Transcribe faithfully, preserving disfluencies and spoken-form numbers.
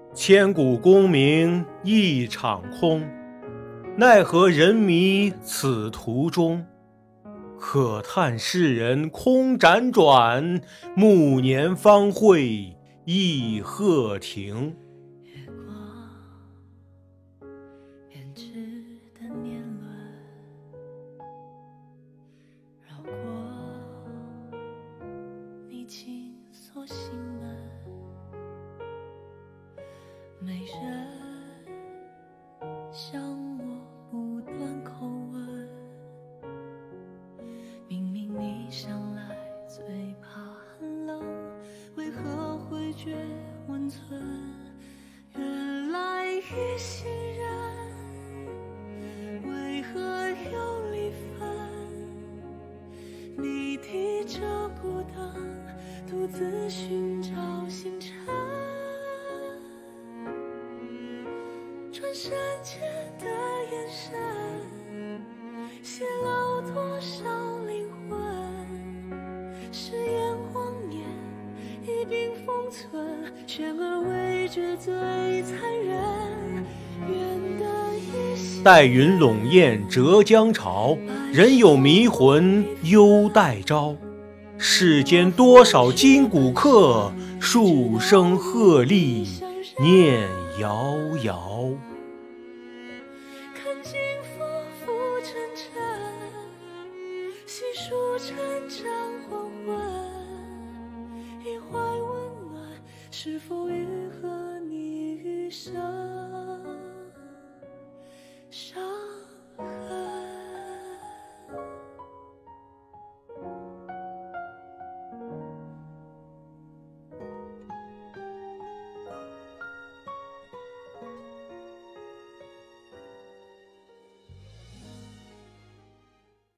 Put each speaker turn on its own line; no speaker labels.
千古功名一场空，奈何人迷此途中。可叹世人空辗转，暮年方会驿鹤停。
越过编织的年轮，绕过你紧锁心门，没人向我不断叩问，明明你向来最怕寒冷，为何会觉温存？原来一心人，为何又离分？你提着孤灯，独自寻找星辰，转瞬间的眼神，泄露多少灵魂？誓言谎言一并封存，悬而未决最残忍。愿得一心
待云笼雁浙江潮，人有迷魂忧待朝。世间多少今古客，数声鹤唳念遥遥。
看尽浮浮沉沉，细数成长黄昏，一怀温暖，是否愈合你余生？少